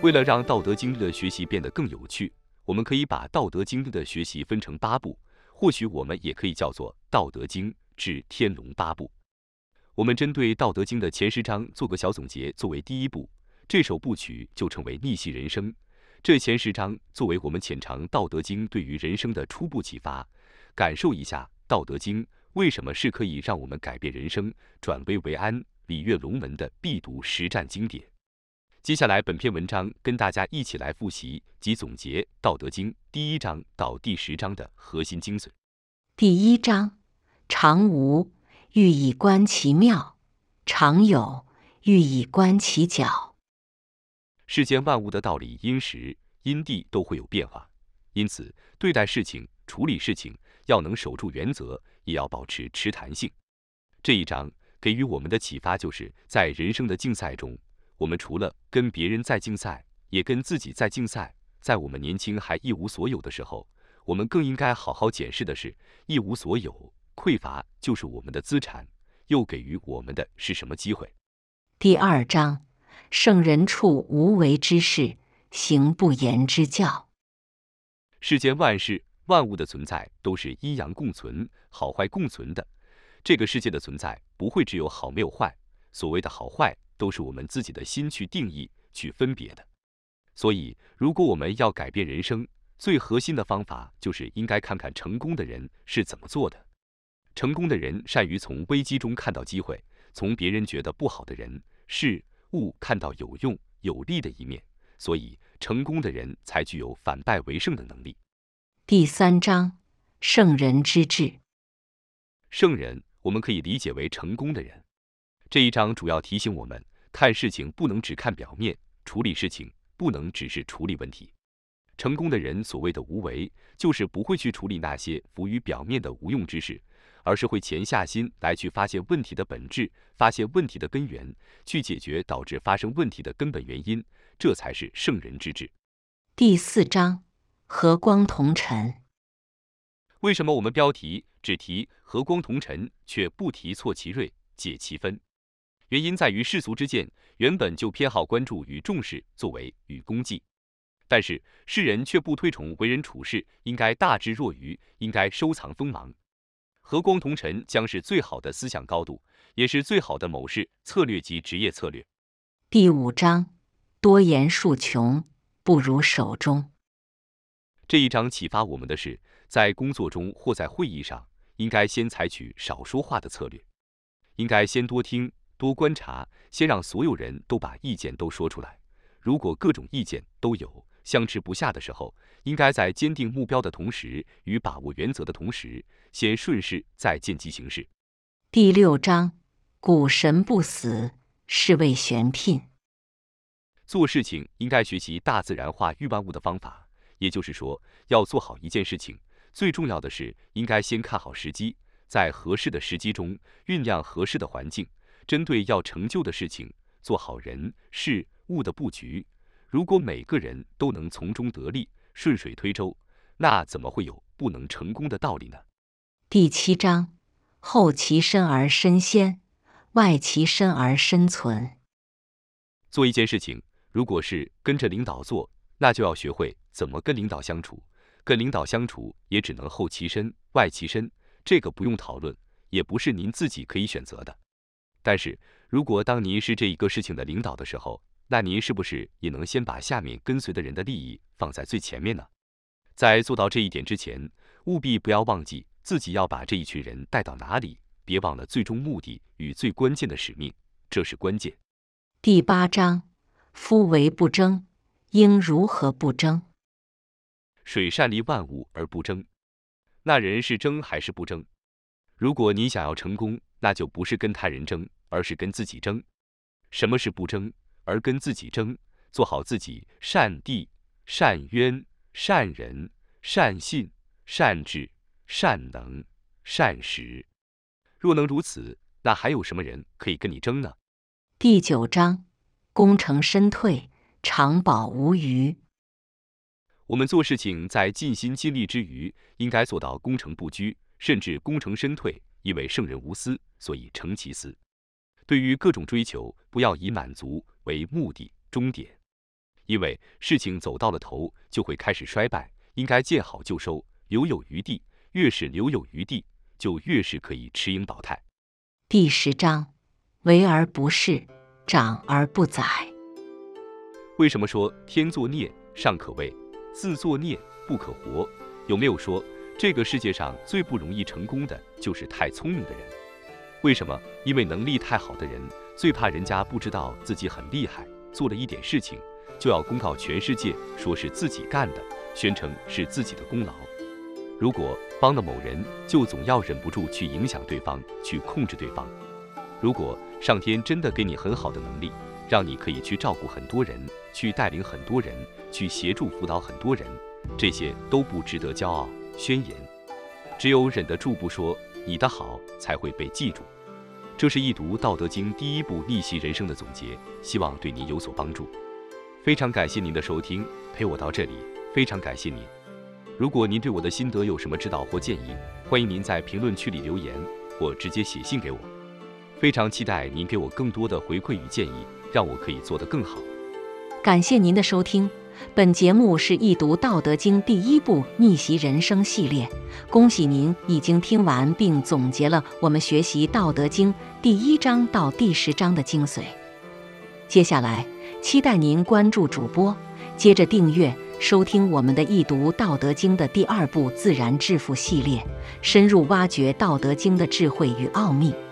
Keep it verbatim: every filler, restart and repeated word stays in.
为了让《道德经》的学习变得更有趣，我们可以把《道德经》的学习分成八步，或许我们也可以叫做《道德经至天龙八部》。我们针对《道德经》的前十章做个小总结，作为第一步，这首部曲就成为逆袭人生。这前十章作为我们浅尝《道德经》对于人生的初步启发，感受一下《道德经》为什么是可以让我们改变人生、转危为安、礼乐龙门的必读实战经典。接下来，本篇文章跟大家一起来复习及总结《道德经》第一章到第十章的核心精髓。 第一章：常无，欲以观其妙；常有，欲以观其徼。 世间万物的道理因时因地都会有变化，因此对待事情、处理事情要能守住原则，也要保持持弹性。这一章给予我们的启发就是在人生的竞赛中，我们除了跟别人在竞赛，也跟自己在竞赛。在我们年轻还一无所有的时候，我们更应该好好检视的是，一无所有，匮乏就是我们的资产，又给予我们的是什么机会？ 第二章：圣人处无为之事，行不言之教。 世间万事万物的存在都是阴阳共存、好坏共存的。这个世界的存在不会只有好没有坏，所谓的好坏都是我们自己的心去定义、去分别的。所以，如果我们要改变人生，最核心的方法就是应该看看成功的人是怎么做的。成功的人善于从危机中看到机会，从别人觉得不好的人、事物看到有用、有利的一面，所以成功的人才具有反败为胜的能力。 第三章：圣人之治。 圣人，我们可以理解为成功的人。这一章主要提醒我们，看事情不能只看表面，处理事情不能只是处理问题。成功的人所谓的无为，就是不会去处理那些浮于表面的无用之事，而是会潜下心来去发现问题的本质，发现问题的根源，去解决导致发生问题的根本原因，这才是圣人之治。 第四章：和光同尘。 为什么我们标题只提和光同尘，却不提错其锐、解其分？原因在于世俗之见原本就偏好关注与重视作为与功绩，但是世人却不推崇为人处事应该大智若愚，应该收藏锋芒。和光同尘将是最好的思想高度，也是最好的谋事策略及职业策略。 第五章：多言数穷，不如守中。 这一章启发我们的是，在工作中或在会议上，应该先采取少说话的策略，应该先多听、多观察，先让所有人都把意见都说出来。如果各种意见都有相持不下的时候，应该在坚定目标的同时，与把握原则的同时，先顺势再见机行事。 第六章：谷神不死，是谓玄牝。 做事情应该学习大自然化育万物的方法，也就是说，要做好一件事情，最重要的是应该先看好时机，在合适的时机中酝酿合适的环境，针对要成就的事情，做好人事物的布局。如果每个人都能从中得利，顺水推舟，那怎么会有不能成功的道理呢？ 第七章：后其身而身先，外其身而身存。 做一件事情，如果是跟着领导做，那就要学会怎么跟领导相处。跟领导相处也只能后其身，外其身，这个不用讨论，也不是您自己可以选择的。但是如果当您是这一个事情的领导的时候，那您是不是也能先把下面跟随的人的利益放在最前面呢？在做到这一点之前，务必不要忘记自己要把这一群人带到哪里，别忘了最终目的与最关键的使命，这是关键。 第八章：夫为不争，应如何不争？ 水善利万物而不争，那人是争还是不争？如果你想要成功，那就不是跟他人争，而是跟自己争。什么是不争？而跟自己争，做好自己善地、善渊、善人、善信、善智、善能、善识。若能如此，那还有什么人可以跟你争呢？ 第九章：功成身退，长保无虞。 我们做事情在尽心尽力之余，应该做到功成不居，甚至功成身退，因为圣人无私，所以成其私。对于各种追求，不要以满足为目的终点， 因为事情走到了头就会开始衰败，应该见好就收，留有余地，越是留有余地，就越是可以持盈保泰。 第十章，为而不恃，长而不宰。 为什么说天作孽尚可畏，自作孽不可活？有没有说这个世界上最不容易成功的就是太聪明的人？为什么？因为能力太好的人最怕人家不知道自己很厉害，做了一点事情就要公告全世界，说是自己干的，宣称是自己的功劳。如果帮了某人，就总要忍不住去影响对方，去控制对方。如果上天真的给你很好的能力，让你可以去照顾很多人，去带领很多人，去协助辅导很多人，这些都不值得骄傲宣言。只有忍得住不说你的好，才会被记住。这是一读《道德经》第一部逆袭人生的总结，希望对您有所帮助。非常感谢您的收听，陪我到这里，非常感谢您。如果您对我的心得有什么指导或建议，欢迎您在评论区里留言，或直接写信给我。非常期待您给我更多的回馈与建议，让我可以做得更好。 感谢您的收听，本节目是易读《道德经》第一部逆袭人生系列。恭喜您已经听完并总结了我们学习《道德经》第一章到第十章的精髓。接下来，期待您关注主播，接着订阅收听我们的易读《道德经》的第二部自然致富系列，深入挖掘《道德经》的智慧与奥秘。